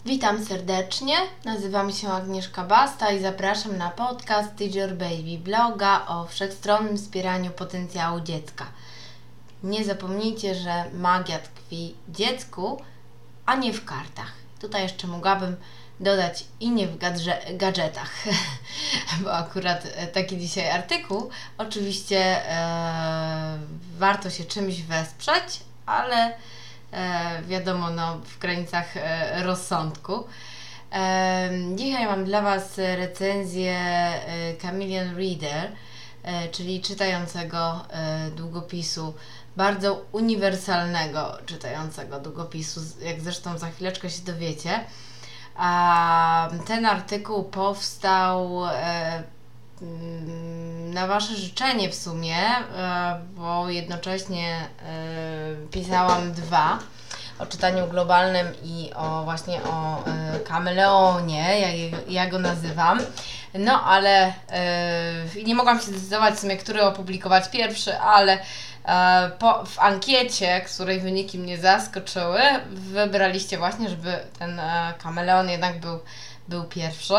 Witam serdecznie, nazywam się Agnieszka Basta i zapraszam na podcast Teach Your Baby, bloga o wszechstronnym wspieraniu potencjału dziecka. Nie zapomnijcie, że magia tkwi w dziecku, a nie w kartach. Tutaj jeszcze mogłabym dodać i nie w gadżetach, bo akurat taki dzisiaj artykuł. Oczywiście warto się czymś wesprzeć, ale wiadomo, w granicach rozsądku. Dzisiaj mam dla Was recenzję Chameleon Reader, czyli czytającego długopisu, bardzo uniwersalnego czytającego długopisu, jak zresztą za chwileczkę się dowiecie. Ten artykuł powstał na Wasze życzenie w sumie, bo jednocześnie pisałam dwa, o czytaniu globalnym i właśnie o kameleonie, jak ja go nazywam. No ale nie mogłam się zdecydować w sumie, który opublikować pierwszy, ale w ankiecie, której wyniki mnie zaskoczyły, wybraliście właśnie, żeby ten kameleon jednak był pierwszy.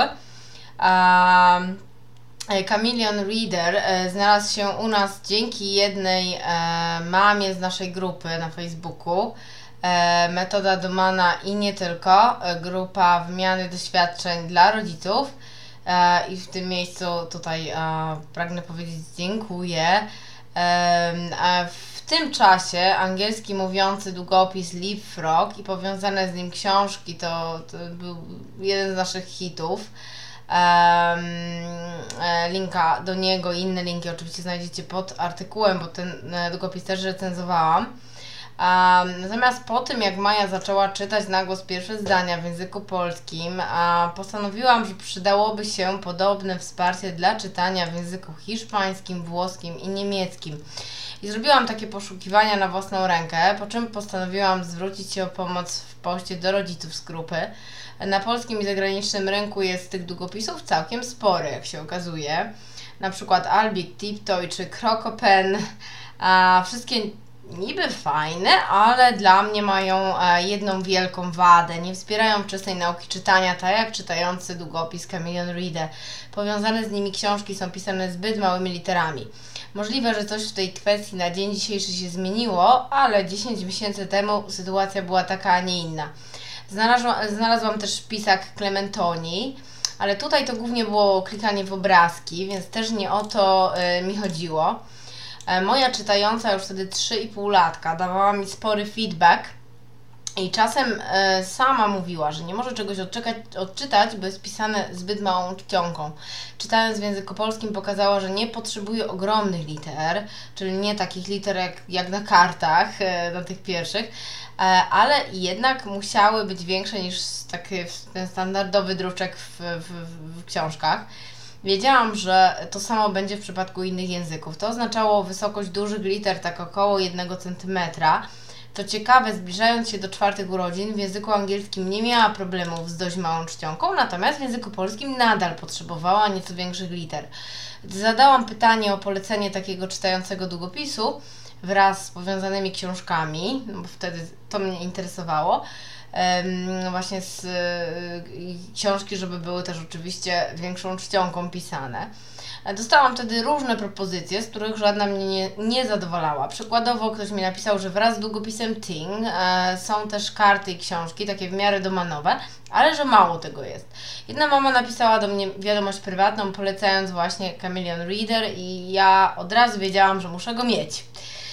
Chameleon Reader znalazł się u nas dzięki jednej mamie z naszej grupy na Facebooku. Metoda Dumana i nie tylko, grupa wymiany doświadczeń dla rodziców. I w tym miejscu tutaj pragnę powiedzieć dziękuję. W tym czasie angielski mówiący długopis Leapfrog i powiązane z nim książki to był jeden z naszych hitów. Linka do niego i inne linki oczywiście znajdziecie pod artykułem, bo ten długopis też recenzowałam. Natomiast po tym, jak Maja zaczęła czytać na głos pierwsze zdania w języku polskim, postanowiłam, że przydałoby się podobne wsparcie dla czytania w języku hiszpańskim, włoskim i niemieckim. I zrobiłam takie poszukiwania na własną rękę, po czym postanowiłam zwrócić się o pomoc w poście do rodziców z grupy. Na polskim i zagranicznym rynku jest tych długopisów całkiem sporo, jak się okazuje. Na przykład Albic, Tiptoy czy Crocopen. Wszystkie niby fajne, ale dla mnie mają jedną wielką wadę. Nie wspierają wczesnej nauki czytania, tak jak czytający długopis Chameleon Reader. Powiązane z nimi książki są pisane zbyt małymi literami. Możliwe, że coś w tej kwestii na dzień dzisiejszy się zmieniło, ale 10 miesięcy temu sytuacja była taka, a nie inna. Znalazłam też pisak Clementoni, ale tutaj to głównie było klikanie w obrazki, więc też nie o to mi chodziło. Moja czytająca już wtedy 3,5 latka dawała mi spory feedback i czasem sama mówiła, że nie może czegoś odczytać, bo jest pisane zbyt małą czcionką. Czytając w języku polskim pokazała, że nie potrzebuje ogromnych liter, czyli nie takich liter jak na kartach, na tych pierwszych, ale jednak musiały być większe niż ten standardowy druczek w książkach. Wiedziałam, że to samo będzie w przypadku innych języków. To oznaczało wysokość dużych liter, tak około 1 cm. To ciekawe, zbliżając się do 4 urodzin, w języku angielskim nie miała problemów z dość małą czcionką, natomiast w języku polskim nadal potrzebowała nieco większych liter. Zadałam pytanie o polecenie takiego czytającego długopisu wraz z powiązanymi książkami, bo wtedy to mnie interesowało. Właśnie z książki, żeby były też oczywiście większą czcionką pisane. Dostałam wtedy różne propozycje, z których żadna mnie nie zadowalała. Przykładowo ktoś mi napisał, że wraz z długopisem Ting są też karty i książki, takie w miarę domanowe, ale że mało tego jest. Jedna mama napisała do mnie wiadomość prywatną, polecając właśnie Chameleon Reader i ja od razu wiedziałam, że muszę go mieć.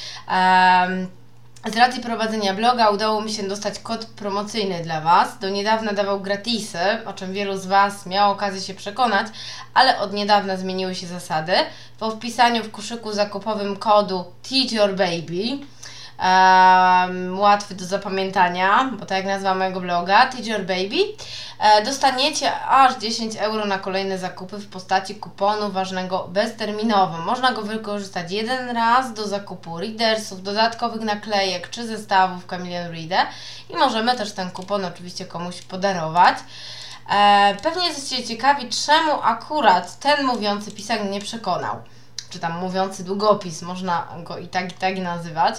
Z racji prowadzenia bloga udało mi się dostać kod promocyjny dla Was. Do niedawna dawał gratisy, o czym wielu z Was miało okazję się przekonać, ale od niedawna zmieniły się zasady. Po wpisaniu w koszyku zakupowym kodu Teach Your Baby, łatwy do zapamiętania, bo tak jak nazwa mojego bloga, Teach Your Baby, dostaniecie aż 10 € na kolejne zakupy w postaci kuponu ważnego bezterminowo. Można go wykorzystać jeden raz do zakupu readersów, dodatkowych naklejek czy zestawów Chameleon Reader i możemy też ten kupon oczywiście komuś podarować. Pewnie jesteście ciekawi, czemu akurat ten mówiący pisak mnie przekonał. Czy tam mówiący długopis, można go i tak nazywać.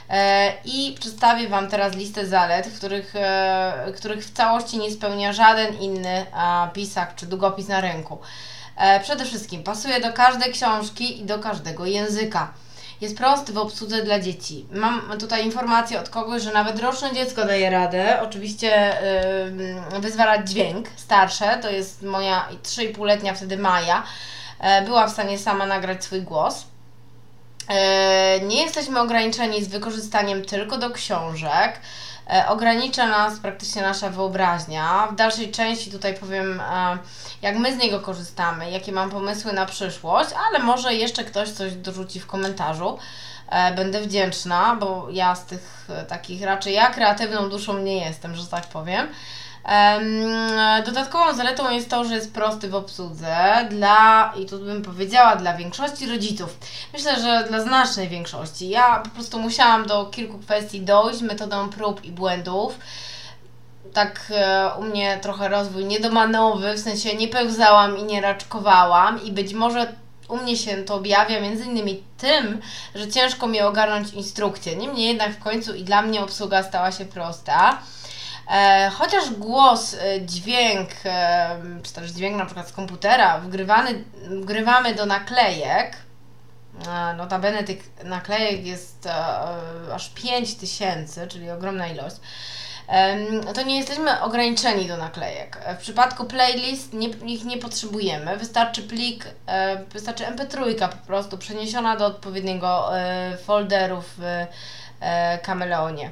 I przedstawię Wam teraz listę zalet, których w całości nie spełnia żaden inny pisak czy długopis na rynku. Przede wszystkim pasuje do każdej książki i do każdego języka. Jest prosty w obsłudze dla dzieci. Mam tutaj informację od kogoś, że nawet roczne dziecko daje radę. Oczywiście wyzwalać dźwięk. Starsze, to jest moja 3,5-letnia wtedy Maja, była w stanie sama nagrać swój głos. Nie jesteśmy ograniczeni z wykorzystaniem tylko do książek. Ogranicza nas praktycznie nasza wyobraźnia. W dalszej części tutaj powiem, jak my z niego korzystamy, jakie mam pomysły na przyszłość, ale może jeszcze ktoś coś dorzuci w komentarzu. Będę wdzięczna, bo ja z tych takich raczej kreatywną duszą nie jestem, że tak powiem. Dodatkową zaletą jest to, że jest prosty w obsłudze i tu bym powiedziała dla większości rodziców. Myślę, że dla znacznej większości. Ja po prostu musiałam do kilku kwestii dojść metodą prób i błędów. Tak u mnie trochę rozwój niedomanowy, w sensie nie pełzałam i nie raczkowałam i być może u mnie się to objawia między innymi tym, że ciężko mi ogarnąć instrukcję. Niemniej jednak w końcu i dla mnie obsługa stała się prosta. Chociaż głos, dźwięk, czy też dźwięk na przykład z komputera wgrywamy do naklejek, notabene tych naklejek jest aż 5000, czyli ogromna ilość, to nie jesteśmy ograniczeni do naklejek. W przypadku playlist ich nie potrzebujemy, wystarczy plik, wystarczy MP3 po prostu przeniesiona do odpowiedniego folderu w Kameleonie.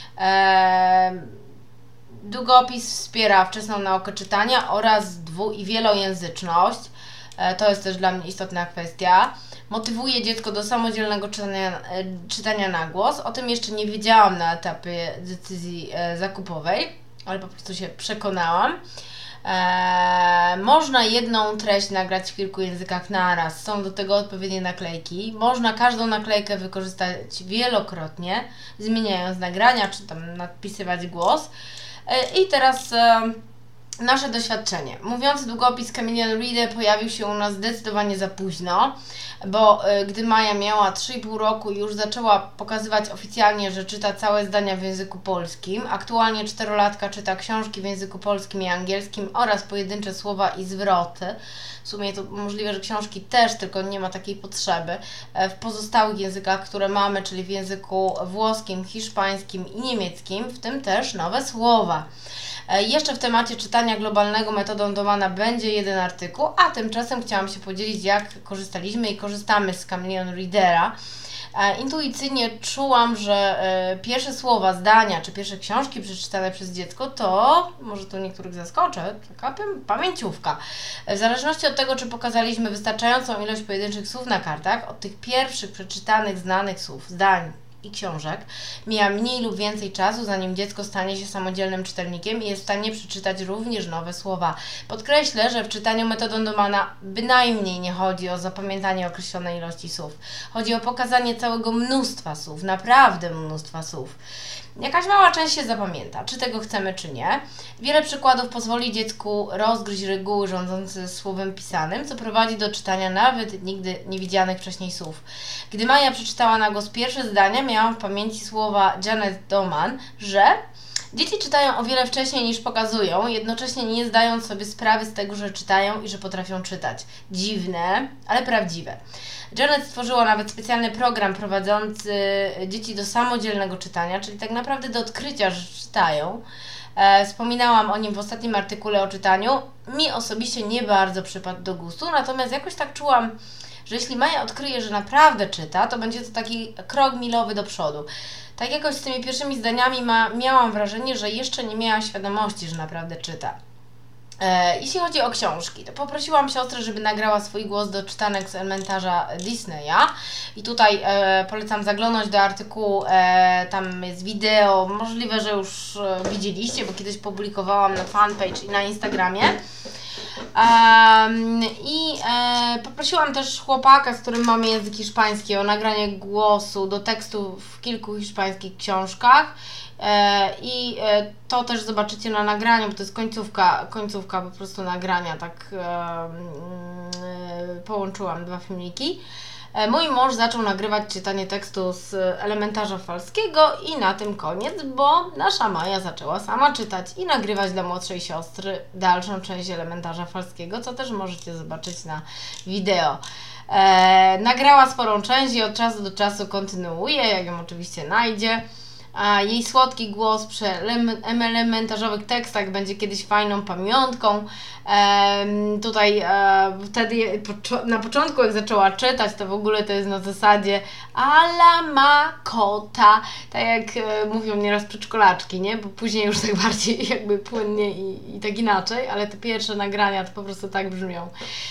Długopis wspiera wczesną naukę czytania oraz i wielojęzyczność. To jest też dla mnie istotna kwestia. Motywuje dziecko do samodzielnego czytania na głos. O tym jeszcze nie wiedziałam na etapie decyzji zakupowej, ale po prostu się przekonałam. Można jedną treść nagrać w kilku językach naraz. Są do tego odpowiednie naklejki. Można każdą naklejkę wykorzystać wielokrotnie, zmieniając nagrania, czy tam nadpisywać głos. I teraz nasze doświadczenie. Mówiący długopis Chameleon Reader pojawił się u nas zdecydowanie za późno, bo gdy Maja miała 3,5 roku już zaczęła pokazywać oficjalnie, że czyta całe zdania w języku polskim. Aktualnie 4-latka czyta książki w języku polskim i angielskim oraz pojedyncze słowa i zwroty. W sumie to możliwe, że książki też, tylko nie ma takiej potrzeby. W pozostałych językach, które mamy, czyli w języku włoskim, hiszpańskim i niemieckim, w tym też nowe słowa. Jeszcze w temacie czytania globalnego metodą Domana będzie jeden artykuł, a tymczasem chciałam się podzielić, jak korzystaliśmy i korzystamy z Chameleon Readera. Intuicyjnie czułam, że pierwsze słowa, zdania czy pierwsze książki przeczytane przez dziecko to, może tu niektórych zaskoczę, taka pamięciówka. W zależności od tego, czy pokazaliśmy wystarczającą ilość pojedynczych słów na kartach, od tych pierwszych przeczytanych, znanych słów, zdań i książek mija mniej lub więcej czasu, zanim dziecko stanie się samodzielnym czytelnikiem i jest w stanie przeczytać również nowe słowa. Podkreślę, że w czytaniu metodą Domana bynajmniej nie chodzi o zapamiętanie określonej ilości słów. Chodzi o pokazanie całego mnóstwa słów, naprawdę mnóstwa słów. Jakaś mała część się zapamięta, czy tego chcemy, czy nie. Wiele przykładów pozwoli dziecku rozgryźć reguły rządzące słowem pisanym, co prowadzi do czytania nawet nigdy niewidzianych wcześniej słów. Gdy Maja przeczytała na głos pierwsze zdania, miałam w pamięci słowa Janet Doman, że dzieci czytają o wiele wcześniej niż pokazują, jednocześnie nie zdając sobie sprawy z tego, że czytają i że potrafią czytać. Dziwne, ale prawdziwe. Janet stworzyła nawet specjalny program prowadzący dzieci do samodzielnego czytania, czyli tak naprawdę do odkrycia, że czytają. Wspominałam o nim w ostatnim artykule o czytaniu. Mi osobiście nie bardzo przypadł do gustu, natomiast jakoś tak czułam, że jeśli Maja odkryje, że naprawdę czyta, to będzie to taki krok milowy do przodu. Tak jakoś z tymi pierwszymi zdaniami miałam wrażenie, że jeszcze nie miała świadomości, że naprawdę czyta. Jeśli chodzi o książki, to poprosiłam siostrę, żeby nagrała swój głos do czytanek z elementarza Disneya i tutaj polecam zaglądnąć do artykułu, tam jest wideo, możliwe, że już widzieliście, bo kiedyś publikowałam na fanpage i na Instagramie. Poprosiłam też chłopaka, z którym mamy język hiszpański, o nagranie głosu do tekstu w kilku hiszpańskich książkach. To też zobaczycie na nagraniu, bo to jest końcówka po prostu nagrania, tak połączyłam dwa filmiki. Mój mąż zaczął nagrywać czytanie tekstu z elementarza falskiego i na tym koniec, bo nasza Maja zaczęła sama czytać i nagrywać dla młodszej siostry dalszą część elementarza falskiego, co też możecie zobaczyć na wideo. Nagrała sporą część i od czasu do czasu kontynuuje, jak ją oczywiście znajdzie. A jej słodki głos przy elementarzowych tekstach będzie kiedyś fajną pamiątką. Tutaj wtedy na początku, jak zaczęła czytać, to w ogóle to jest na zasadzie Ala ma kota, tak jak mówią nieraz przedszkolaczki, nie? Bo później już tak bardziej jakby płynnie i tak inaczej, ale te pierwsze nagrania to po prostu tak brzmią.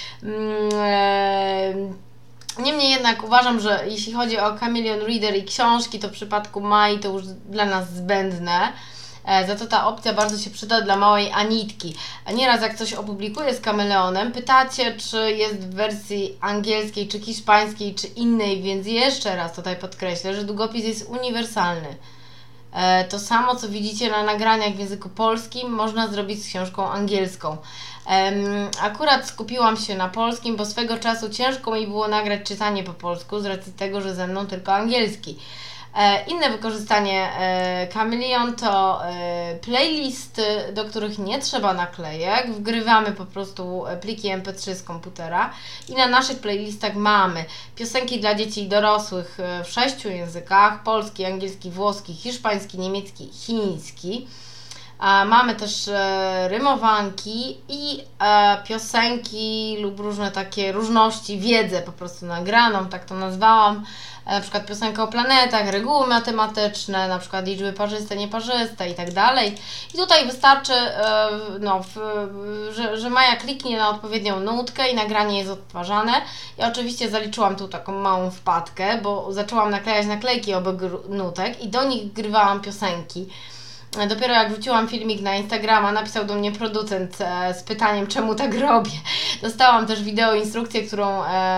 Niemniej jednak uważam, że jeśli chodzi o Chameleon Reader i książki, to w przypadku Mai to już dla nas zbędne. Za to ta opcja bardzo się przyda dla małej Anitki. Nieraz jak coś opublikuję z Kameleonem, pytacie, czy jest w wersji angielskiej, czy hiszpańskiej, czy innej, więc jeszcze raz tutaj podkreślę, że długopis jest uniwersalny. To samo, co widzicie na nagraniach w języku polskim, można zrobić z książką angielską. Akurat skupiłam się na polskim, bo swego czasu ciężko mi było nagrać czytanie po polsku z racji tego, że ze mną tylko angielski. Inne wykorzystanie Chameleon to playlisty, do których nie trzeba naklejek. Wgrywamy po prostu pliki MP3 z komputera i na naszych playlistach mamy piosenki dla dzieci i dorosłych w 6 językach: polski, angielski, włoski, hiszpański, niemiecki, chiński. Mamy też rymowanki i piosenki lub różne takie różności, wiedzę po prostu nagraną, tak to nazwałam. Na przykład piosenka o planetach, reguły matematyczne, na przykład liczby parzyste, nieparzyste i tak dalej. I tutaj wystarczy, że Maja kliknie na odpowiednią nutkę i nagranie jest odtwarzane. Ja oczywiście zaliczyłam tu taką małą wpadkę, bo zaczęłam naklejać naklejki obok nutek i do nich grywałam piosenki. Dopiero jak wrzuciłam filmik na Instagrama, napisał do mnie producent z pytaniem, czemu tak robię. Dostałam też wideo instrukcję, którą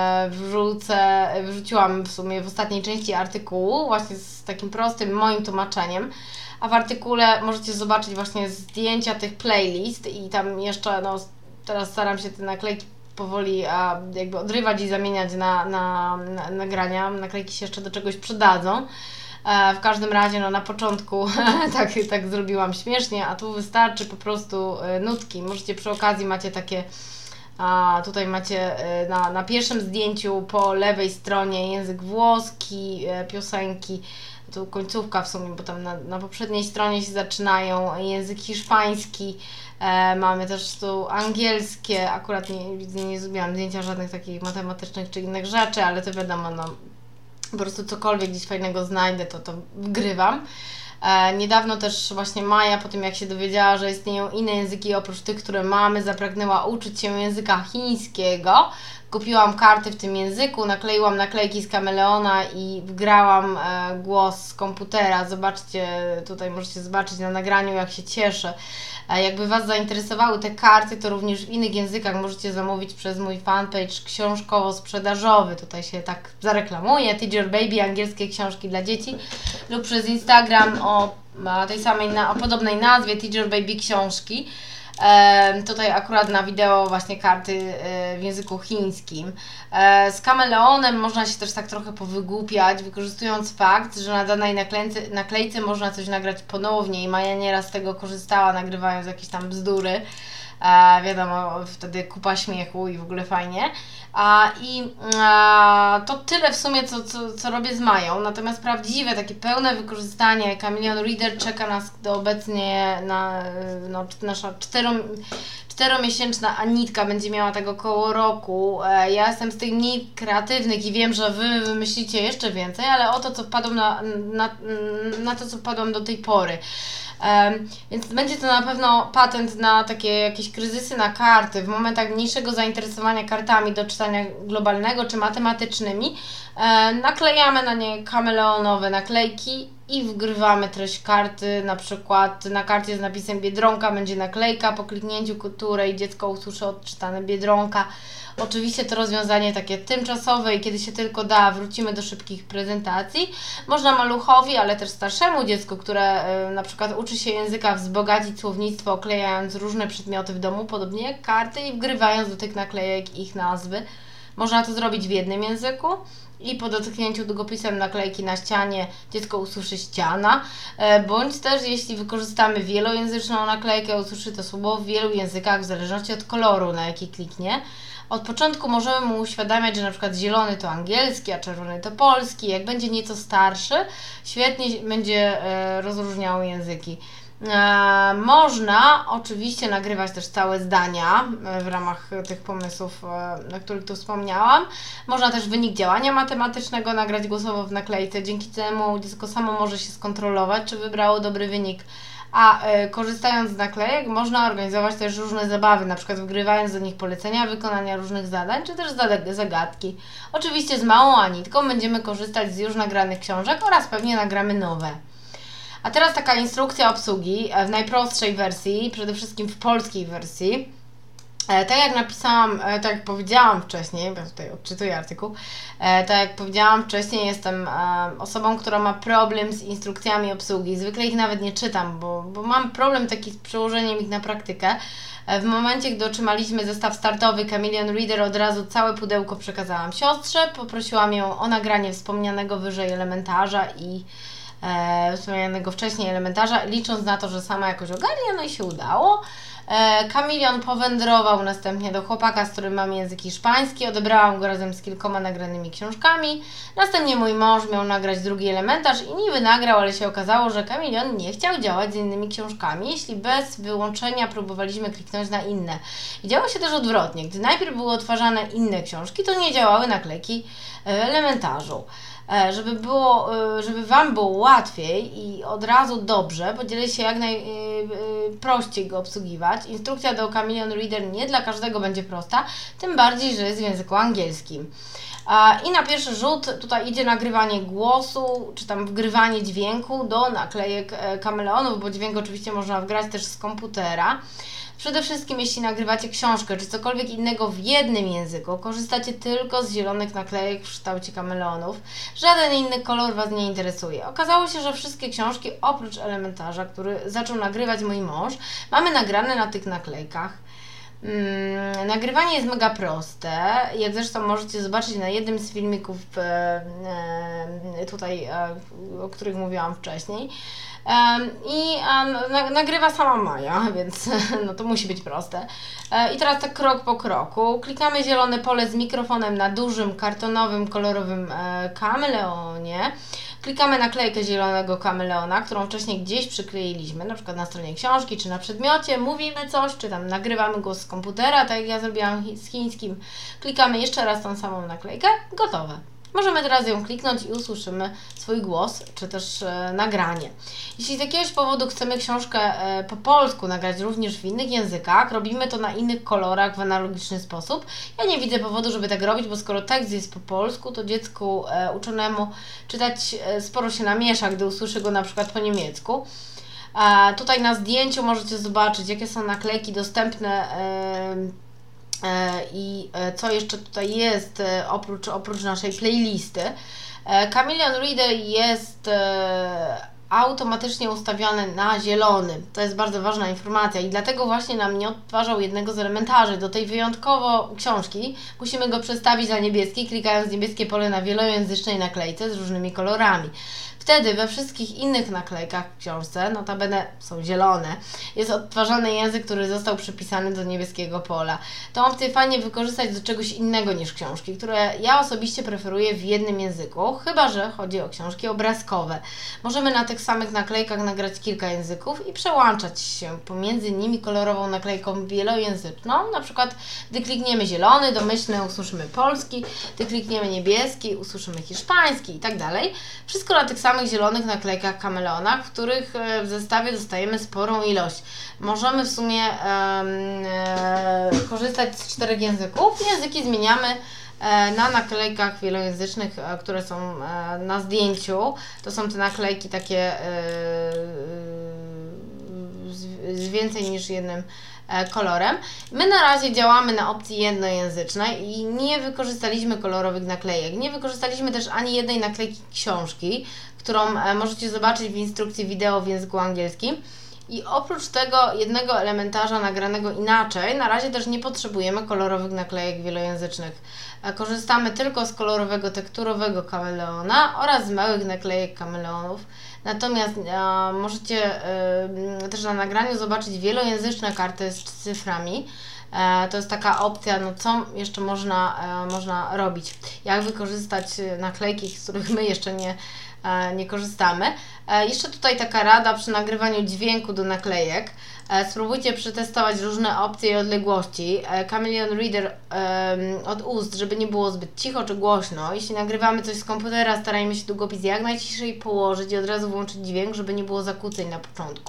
wrzuciłam w sumie w ostatniej części artykułu, właśnie z takim prostym moim tłumaczeniem. A w artykule możecie zobaczyć właśnie zdjęcia tych playlist i tam jeszcze, teraz staram się te naklejki powoli jakby odrywać i zamieniać na nagrania. Naklejki się jeszcze do czegoś przydadzą. W każdym razie na początku tak zrobiłam śmiesznie, a tu wystarczy po prostu nutki. Możecie przy okazji, macie takie, tutaj macie na pierwszym zdjęciu po lewej stronie język włoski, piosenki, tu końcówka w sumie, bo tam na poprzedniej stronie się zaczynają, język hiszpański, mamy też tu angielskie, akurat nie zrobiłam zdjęcia żadnych takich matematycznych czy innych rzeczy, ale to wiadomo, po prostu cokolwiek gdzieś fajnego znajdę, to wgrywam. Niedawno też właśnie Maja, po tym jak się dowiedziała, że istnieją inne języki oprócz tych, które mamy, zapragnęła uczyć się języka chińskiego. Kupiłam karty w tym języku, nakleiłam naklejki z Kameleona i wgrałam głos z komputera. Zobaczcie, tutaj możecie zobaczyć na nagraniu, jak się cieszę. Jakby Was zainteresowały te karty, to również w innych językach możecie zamówić przez mój fanpage książkowo-sprzedażowy. Tutaj się tak zareklamuję. Teacher Baby, angielskie książki dla dzieci. Lub przez Instagram o podobnej nazwie, Teacher Baby książki. Tutaj akurat na wideo właśnie karty w języku chińskim. Z Kameleonem można się też tak trochę powygłupiać, wykorzystując fakt, że na danej naklejce można coś nagrać ponownie i Maja nieraz z tego korzystała, nagrywając jakieś tam bzdury. Wiadomo, wtedy kupa śmiechu i w ogóle fajnie. To tyle w sumie, co robię z Mają. Natomiast prawdziwe, takie pełne wykorzystanie Chameleon Reader czeka nas obecnie nasza 4-miesięczna Anitka będzie miała tego koło roku. Ja jestem z tych mniej kreatywnych i wiem, że Wy wymyślicie jeszcze więcej, ale o to, co wpadłam na to, co wpadłam do tej pory. Więc będzie to na pewno patent na takie jakieś kryzysy na karty. W momentach mniejszego zainteresowania kartami do czytania globalnego czy matematycznymi naklejamy na nie kameleonowe naklejki i wgrywamy treść karty. Na przykład na karcie z napisem Biedronka będzie naklejka, po kliknięciu której dziecko usłyszy odczytane Biedronka. Oczywiście to rozwiązanie takie tymczasowe i kiedy się tylko da, wrócimy do szybkich prezentacji. Można maluchowi, ale też starszemu dziecku, które na przykład uczy się języka, wzbogacić słownictwo, oklejając różne przedmioty w domu, podobnie jak karty i wgrywając do tych naklejek ich nazwy. Można to zrobić w jednym języku i po dotknięciu długopisem naklejki na ścianie dziecko usłyszy ściana, bądź też jeśli wykorzystamy wielojęzyczną naklejkę, usłyszy to słowo w wielu językach w zależności od koloru, na jaki kliknie. Od początku możemy mu uświadamiać, że na przykład zielony to angielski, a czerwony to polski. Jak będzie nieco starszy, świetnie będzie rozróżniał języki. Można oczywiście nagrywać też całe zdania w ramach tych pomysłów, o których tu wspomniałam. Można też wynik działania matematycznego nagrać głosowo w naklejce. Dzięki temu dziecko samo może się skontrolować, czy wybrało dobry wynik. A korzystając z naklejek można organizować też różne zabawy, na przykład wgrywając do nich polecenia wykonania różnych zadań, czy też zagadki. Oczywiście z małą Anitką będziemy korzystać z już nagranych książek oraz pewnie nagramy nowe. A teraz taka instrukcja obsługi w najprostszej wersji, przede wszystkim w polskiej wersji. Tak jak napisałam, tak jak powiedziałam wcześniej, bo tutaj odczytuję artykuł, tak jak powiedziałam wcześniej, jestem osobą, która ma problem z instrukcjami obsługi. Zwykle ich nawet nie czytam, bo mam problem taki z przełożeniem ich na praktykę. W momencie, gdy otrzymaliśmy zestaw startowy Chameleon Reader, od razu całe pudełko przekazałam siostrze, poprosiłam ją o nagranie wspomnianego wyżej elementarza i wspomnianego wcześniej elementarza, licząc na to, że sama jakoś ogarnia, no i się udało. Chameleon powędrował następnie do chłopaka, z którym mam język hiszpański, odebrałam go razem z kilkoma nagranymi książkami. Następnie mój mąż miał nagrać drugi elementarz i niby nagrał, ale się okazało, że Chameleon nie chciał działać z innymi książkami, jeśli bez wyłączenia próbowaliśmy kliknąć na inne. I działo się też odwrotnie. Gdy najpierw były odtwarzane inne książki, to nie działały naklejki w elementarzu. Żeby Wam było łatwiej i od razu dobrze, podzielę się jak najprościej go obsługiwać. Instrukcja do Chameleon Reader nie dla każdego będzie prosta, tym bardziej, że jest w języku angielskim. I na pierwszy rzut tutaj idzie nagrywanie głosu, czy tam wgrywanie dźwięku do naklejek kameleonów, bo dźwięk oczywiście można wgrać też z komputera. Przede wszystkim jeśli nagrywacie książkę czy cokolwiek innego w jednym języku, korzystacie tylko z zielonych naklejek w kształcie kameleonów. Żaden inny kolor Was nie interesuje. Okazało się, że wszystkie książki oprócz elementarza, który zaczął nagrywać mój mąż, mamy nagrane na tych naklejkach. Nagrywanie jest mega proste, jak zresztą możecie zobaczyć na jednym z filmików tutaj, o których mówiłam wcześniej. Nagrywa sama Maja, więc no to musi być proste. I teraz tak krok po kroku. Klikamy zielone pole z mikrofonem na dużym, kartonowym, kolorowym kameleonie. Klikamy naklejkę zielonego kameleona, którą wcześniej gdzieś przykleiliśmy, na przykład na stronie książki czy na przedmiocie. Mówimy coś, czy tam nagrywamy głos z komputera, tak jak ja zrobiłam z chińskim. Klikamy jeszcze raz tą samą naklejkę, gotowe. Możemy teraz ją kliknąć i usłyszymy swój głos, czy też nagranie. Jeśli z jakiegoś powodu chcemy książkę po polsku nagrać również w innych językach, robimy to na innych kolorach w analogiczny sposób. Ja nie widzę powodu, żeby tak robić, bo skoro tekst jest po polsku, to dziecku uczonemu czytać sporo się namiesza, gdy usłyszy go na przykład po niemiecku. Tutaj na zdjęciu możecie zobaczyć, jakie są naklejki dostępne i co jeszcze tutaj jest oprócz naszej playlisty. Chameleon Reader jest automatycznie ustawiony na zielony. To jest bardzo ważna informacja i dlatego właśnie nam nie odtwarzał jednego z elementarzy. Do tej wyjątkowo książki musimy go przestawić na niebieski, klikając niebieskie pole na wielojęzycznej naklejce z różnymi kolorami. Wtedy we wszystkich innych naklejkach w książce, notabene są zielone, jest odtwarzany język, który został przypisany do niebieskiego pola. Tą opcję fajnie wykorzystać do czegoś innego niż książki, które ja osobiście preferuję w jednym języku, chyba że chodzi o książki obrazkowe. Możemy na tych samych naklejkach nagrać kilka języków i przełączać się pomiędzy nimi kolorową naklejką wielojęzyczną. Na przykład, gdy klikniemy zielony, domyślny, usłyszymy polski, gdy klikniemy niebieski, usłyszymy hiszpański i tak dalej. Wszystko na tych samych zielonych naklejkach kameleonach, w których w zestawie dostajemy sporą ilość. Możemy w sumie korzystać z 4 języków. Języki zmieniamy na naklejkach wielojęzycznych, które są na zdjęciu. To są te naklejki takie z więcej niż jednym kolorem. My na razie działamy na opcji jednojęzycznej i nie wykorzystaliśmy kolorowych naklejek. Nie wykorzystaliśmy też ani jednej naklejki książki, którą możecie zobaczyć w instrukcji wideo w języku angielskim. I oprócz tego jednego elementarza nagranego inaczej, na razie też nie potrzebujemy kolorowych naklejek wielojęzycznych. Korzystamy tylko z kolorowego tekturowego kameleona oraz z małych naklejek kameleonów. Natomiast możecie też na nagraniu zobaczyć wielojęzyczne karty z cyframi. To jest taka opcja, no co jeszcze można robić. Jak wykorzystać naklejki, z których my jeszcze nie korzystamy. Jeszcze tutaj taka rada przy nagrywaniu dźwięku do naklejek. Spróbujcie przetestować różne opcje i odległości. Chameleon Reader od ust, żeby nie było zbyt cicho czy głośno. Jeśli nagrywamy coś z komputera, starajmy się długopis jak najciszej położyć i od razu włączyć dźwięk, żeby nie było zakłóceń na początku.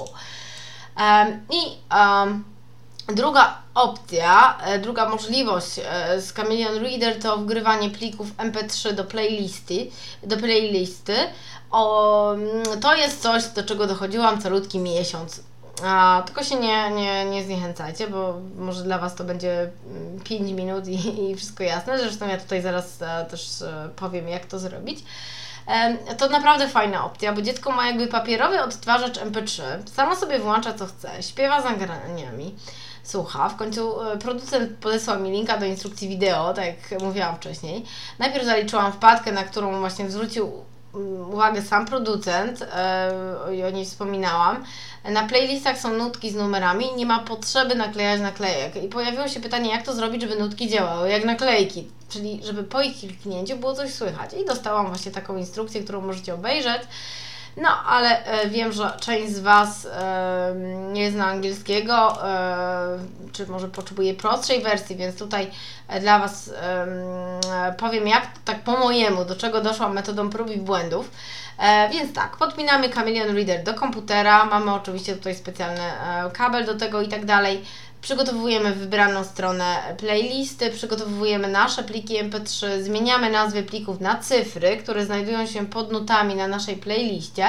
Druga opcja, druga możliwość z Chameleon Reader to wgrywanie plików MP3 do playlisty. To jest coś, do czego dochodziłam calutki miesiąc. Tylko się nie zniechęcajcie, bo może dla Was to będzie 5 minut i wszystko jasne. Zresztą ja tutaj zaraz też powiem, jak to zrobić. To naprawdę fajna opcja, bo dziecko ma jakby papierowy odtwarzacz MP3, samo sobie włącza co chce, śpiewa z nagraniami, słucha. W końcu producent podesłał mi linka do instrukcji wideo, tak jak mówiłam wcześniej. Najpierw zaliczyłam wpadkę, na którą właśnie zwrócił uwagę sam producent, o niej wspominałam. Na playlistach są nutki z numerami, nie ma potrzeby naklejać naklejek. I pojawiło się pytanie, jak to zrobić, żeby nutki działały jak naklejki, czyli żeby po ich kliknięciu było coś słychać. I dostałam właśnie taką instrukcję, którą możecie obejrzeć. No, ale wiem, że część z Was nie zna angielskiego, czy może potrzebuje prostszej wersji, więc tutaj dla Was powiem, jak tak po mojemu, do czego doszłam metodą prób i błędów. Więc tak, podpinamy Chameleon Reader do komputera, mamy oczywiście tutaj specjalny kabel do tego i tak dalej. Przygotowujemy wybraną stronę playlisty, przygotowujemy nasze pliki MP3, zmieniamy nazwy plików na cyfry, które znajdują się pod nutami na naszej playliście.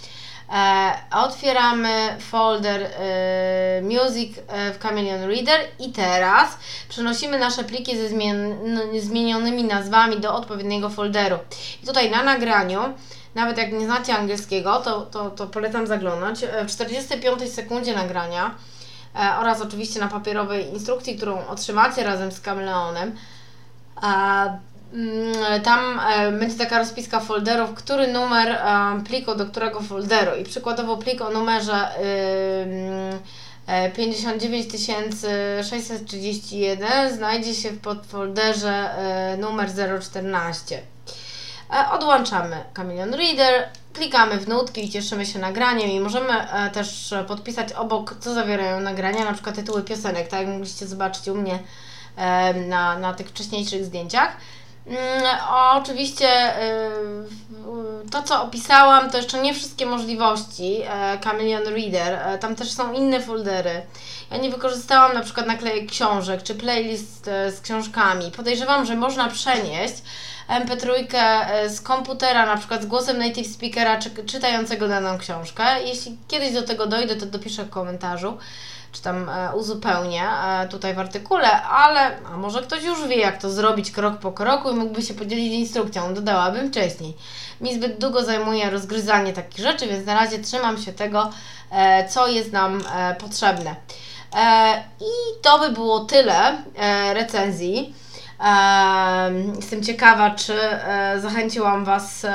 Otwieramy folder Music w Chameleon Reader i teraz przenosimy nasze pliki ze zmienionymi nazwami do odpowiedniego folderu. I tutaj na nagraniu, nawet jak nie znacie angielskiego, to polecam zaglądać. W 45 sekundzie nagrania oraz oczywiście na papierowej instrukcji, którą otrzymacie razem z Chameleonem. Tam będzie taka rozpiska folderów, który numer pliku do którego folderu. I przykładowo plik o numerze 59631 znajdzie się w podfolderze numer 014. Odłączamy Chameleon Reader, klikamy w nutki i cieszymy się nagraniem i możemy też podpisać obok, co zawierają nagrania, na przykład tytuły piosenek, tak jak mogliście zobaczyć u mnie na tych wcześniejszych zdjęciach. Oczywiście to, co opisałam, to jeszcze nie wszystkie możliwości Chameleon Reader, tam też są inne foldery. Ja nie wykorzystałam na przykład naklejek książek czy playlist z książkami. Podejrzewam, że można przenieść MP3 z komputera, na przykład z głosem native speakera czytającego daną książkę. Jeśli kiedyś do tego dojdę, to dopiszę w komentarzu, czy tam uzupełnię tutaj w artykule, ale a może ktoś już wie, jak to zrobić krok po kroku i mógłby się podzielić instrukcją, dodałabym wcześniej. Mi zbyt długo zajmuje rozgryzanie takich rzeczy, więc na razie trzymam się tego, co jest nam potrzebne. I to by było tyle recenzji. Jestem ciekawa, czy zachęciłam Was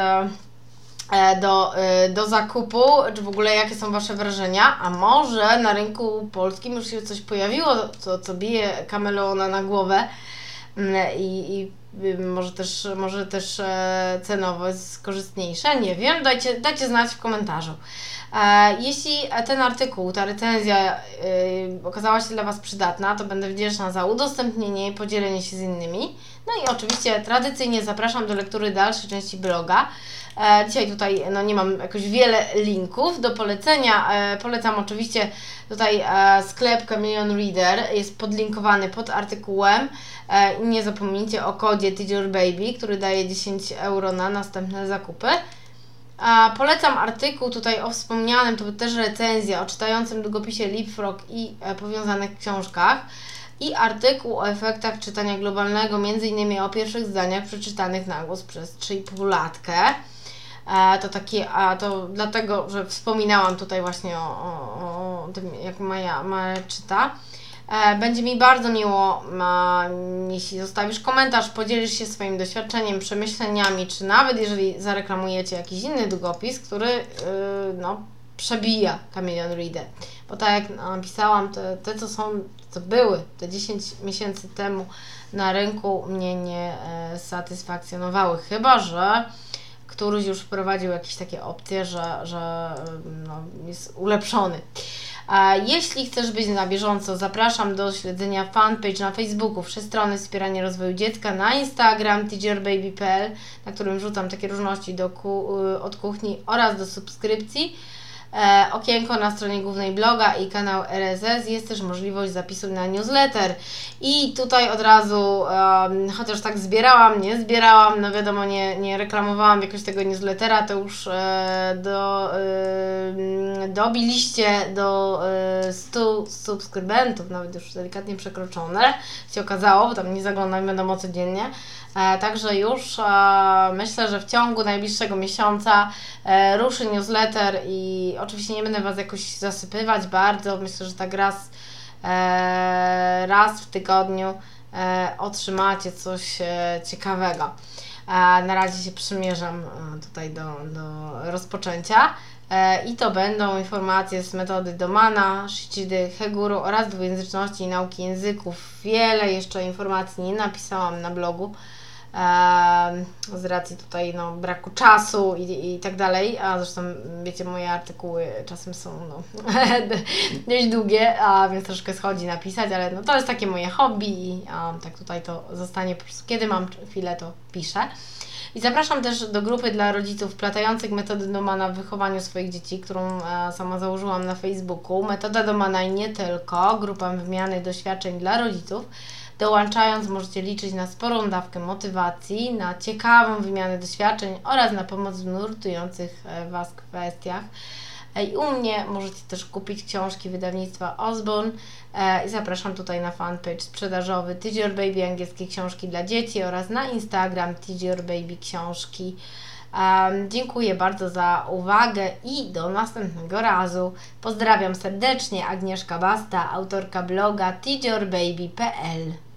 do zakupu, czy w ogóle jakie są Wasze wrażenia, a może na rynku polskim już się coś pojawiło, co bije Chameleona na głowę i może też cenowo jest korzystniejsze, nie wiem, dajcie znać w komentarzu. Jeśli ten artykuł, ta recenzja okazała się dla Was przydatna, to będę wdzięczna za udostępnienie i podzielenie się z innymi. No i oczywiście tradycyjnie zapraszam do lektury dalszej części bloga. Dzisiaj tutaj nie mam jakoś wiele linków do polecenia. Polecam oczywiście tutaj sklep Chameleon Reader, jest podlinkowany pod artykułem. I nie zapomnijcie o kodzie Teach Your Baby, który daje 10 euro na następne zakupy. Polecam artykuł tutaj o wspomnianym, to też recenzja o czytającym długopisie Leapfrog i powiązanych książkach i artykuł o efektach czytania globalnego, m.in. o pierwszych zdaniach przeczytanych na głos przez 3,5-latkę. To dlatego, że wspominałam tutaj właśnie o tym, jak Maja czyta. Będzie mi bardzo miło, jeśli zostawisz komentarz, podzielisz się swoim doświadczeniem, przemyśleniami, czy nawet jeżeli zareklamujecie jakiś inny długopis, który przebija Chameleon Reader. Bo tak jak napisałam, te co były te 10 miesięcy temu na rynku, mnie nie satysfakcjonowały, chyba że któryś już wprowadził jakieś takie opcje, że jest ulepszony. A jeśli chcesz być na bieżąco, zapraszam do śledzenia fanpage na Facebooku, Wszechstronne Wspieranie Rozwoju Dziecka, na Instagram teacherbaby.pl, na którym wrzucam takie różności od kuchni, oraz do subskrypcji. Okienko na stronie głównej bloga i kanał RSS, jest też możliwość zapisu na newsletter. I tutaj od razu, chociaż tak nie zbierałam, no wiadomo, nie reklamowałam jakoś tego newslettera, to już dobiliście do 100 subskrybentów, nawet już delikatnie przekroczone, się okazało, bo tam nie zaglądam wiadomo codziennie. Także już myślę, że w ciągu najbliższego miesiąca ruszy newsletter i oczywiście nie będę Was jakoś zasypywać bardzo. Myślę, że tak raz w tygodniu otrzymacie coś ciekawego. Na razie się przymierzam tutaj do rozpoczęcia. I to będą informacje z metody Domana, Shichide Heguru oraz dwujęzyczności i nauki języków. Wiele jeszcze informacji nie napisałam na blogu z racji tutaj braku czasu i tak dalej, a zresztą wiecie, moje artykuły czasem są dość długie, więc troszkę schodzi napisać, ale to jest takie moje hobby i tak tutaj to zostanie po prostu, kiedy mam chwilę, to piszę. I zapraszam też do grupy dla rodziców wplatających metodę Domana w wychowaniu swoich dzieci, którą sama założyłam na Facebooku. Metoda Domana i nie tylko, grupa wymiany doświadczeń dla rodziców. Dołączając możecie liczyć na sporą dawkę motywacji, na ciekawą wymianę doświadczeń oraz na pomoc w nurtujących Was kwestiach. I u mnie możecie też kupić książki wydawnictwa Osborne i zapraszam tutaj na fanpage sprzedażowy Teach Your Baby, angielskie książki dla dzieci, oraz na Instagram Teach Your Baby książki. Dziękuję bardzo za uwagę i do następnego razu. Pozdrawiam serdecznie, Agnieszka Basta, autorka bloga teachyourbaby.pl.